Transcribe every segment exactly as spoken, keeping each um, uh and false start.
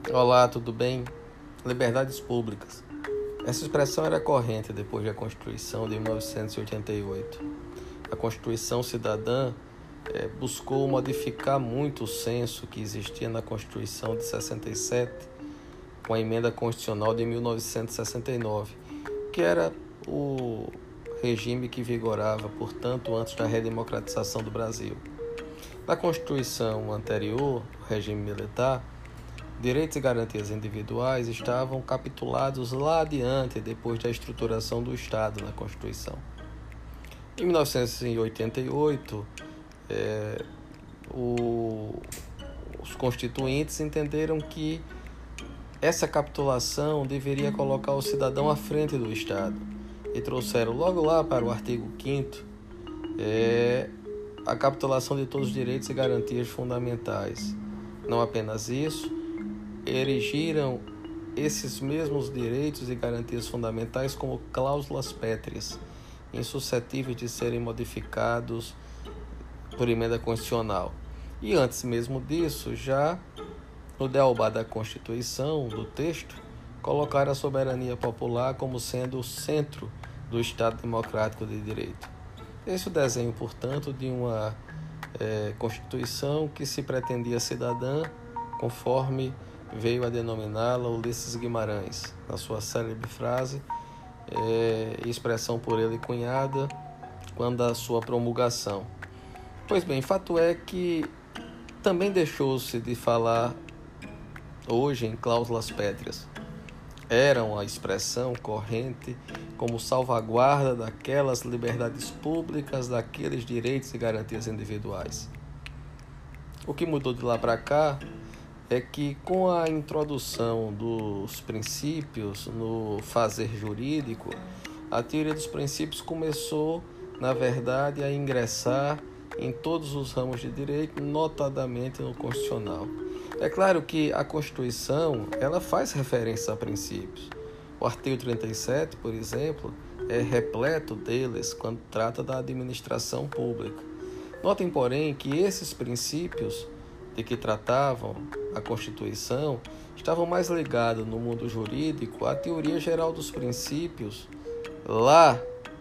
Olá, tudo bem? Liberdades públicas. Essa expressão era corrente depois da Constituição de mil novecentos e oitenta e oito. A Constituição Cidadã eh, buscou modificar muito o senso que existia na Constituição de sessenta e sete, com a Emenda Constitucional de mil novecentos e sessenta e nove, que era o regime que vigorava, portanto, antes da redemocratização do Brasil. Na Constituição anterior, o regime militar, direitos e garantias individuais estavam capitulados lá adiante, depois da estruturação do Estado na Constituição. Em mil novecentos e oitenta e oito, é, o, os constituintes entenderam que essa capitulação deveria colocar o cidadão à frente do Estado e trouxeram logo lá para o artigo quinto é, a capitulação de todos os direitos e garantias fundamentais. Não apenas isso, erigiram esses mesmos direitos e garantias fundamentais como cláusulas pétreas, insuscetíveis de serem modificados por emenda constitucional. E antes mesmo disso, já no dealbar da Constituição, do texto, colocaram a soberania popular como sendo o centro do Estado Democrático de Direito. Esse é o desenho, portanto, de uma é, Constituição que se pretendia cidadã, conforme veio a denominá-la Ulisses Guimarães, na sua célebre frase, é, expressão por ele cunhada quando da sua promulgação. Pois bem, fato é que também deixou-se de falar hoje em cláusulas pétreas. Eram a expressão corrente como salvaguarda daquelas liberdades públicas, daqueles direitos e garantias individuais. O que mudou de lá para cá é que, com a introdução dos princípios no fazer jurídico, a teoria dos princípios começou, na verdade, a ingressar em todos os ramos de direito, notadamente no constitucional. É claro que a Constituição ela faz referência a princípios. O artigo trinta e sete, por exemplo, é repleto deles quando trata da administração pública. Notem, porém, que esses princípios de que tratavam a Constituição estavam mais ligados no mundo jurídico à teoria geral dos princípios, lá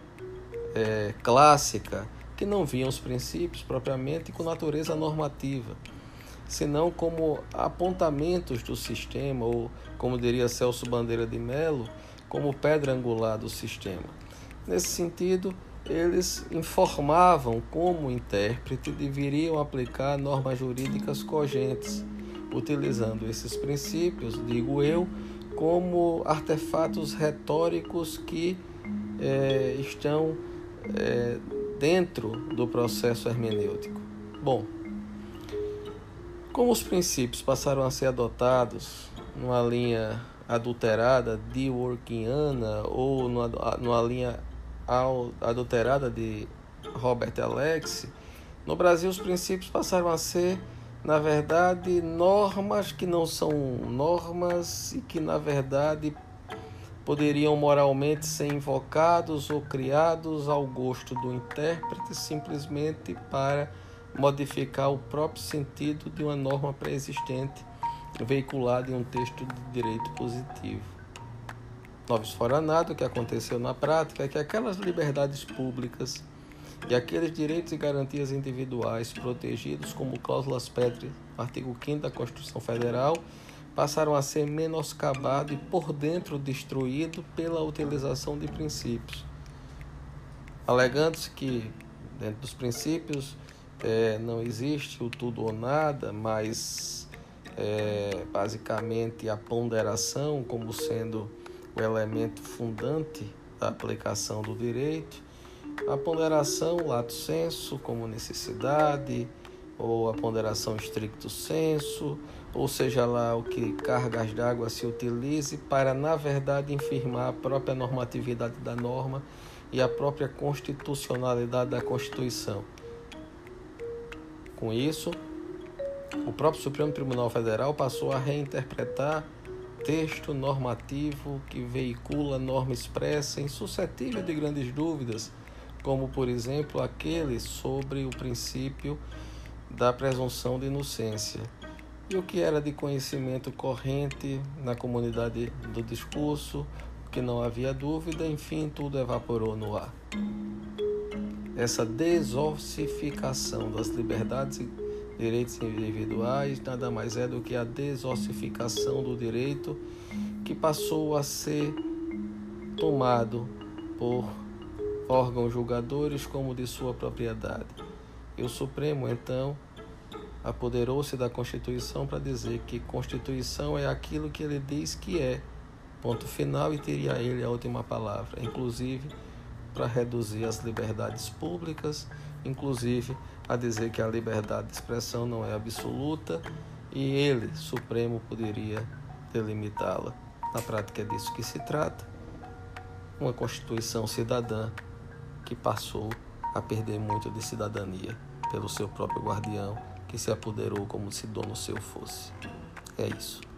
é, clássica, que não viam os princípios propriamente com natureza normativa, senão como apontamentos do sistema, ou, como diria Celso Bandeira de Mello, como pedra angular do sistema. Nesse sentido, eles informavam como o intérprete deveriam aplicar normas jurídicas cogentes, utilizando esses princípios, digo eu, como artefatos retóricos que é, estão é, dentro do processo hermenêutico. Bom, como os princípios passaram a ser adotados numa linha adulterada, Dworkiana, ou numa, numa linha adulterada de Robert Alex, no Brasil os princípios passaram a ser, na verdade, normas que não são normas e que, na verdade, poderiam moralmente ser invocados ou criados ao gosto do intérprete simplesmente para modificar o próprio sentido de uma norma pré-existente veiculada em um texto de direito positivo. Noves fora nada, o que aconteceu na prática é que aquelas liberdades públicas e aqueles direitos e garantias individuais protegidos como cláusulas pétreas, artigo quinto da Constituição Federal, passaram a ser menoscabados e por dentro destruídos pela utilização de princípios, alegando-se que dentro dos princípios é, não existe o tudo ou nada, mas é, basicamente a ponderação como sendo o elemento fundante da aplicação do direito, a ponderação lato sensu como necessidade, ou a ponderação stricto sensu, ou seja lá o que cargas d'água se utilize para, na verdade, infirmar a própria normatividade da norma e a própria constitucionalidade da Constituição. Com isso, o próprio Supremo Tribunal Federal passou a reinterpretar texto normativo que veicula norma expressa insuscetível de grandes dúvidas, como, por exemplo, aquele sobre o princípio da presunção de inocência. E o que era de conhecimento corrente na comunidade do discurso, que não havia dúvida, enfim, tudo evaporou no ar. Essa desossificação das liberdades e direitos individuais nada mais é do que a desossificação do direito, que passou a ser tomado por órgãos julgadores como de sua propriedade. E o Supremo, então, apoderou-se da Constituição para dizer que Constituição é aquilo que ele diz que é, ponto final, e teria ele a última palavra, inclusive para reduzir as liberdades públicas, inclusive a dizer que a liberdade de expressão não é absoluta e ele, Supremo, poderia delimitá-la. Na prática é disso que se trata, uma Constituição cidadã que passou a perder muito de cidadania pelo seu próprio guardião, que se apoderou como se dono seu fosse. É isso.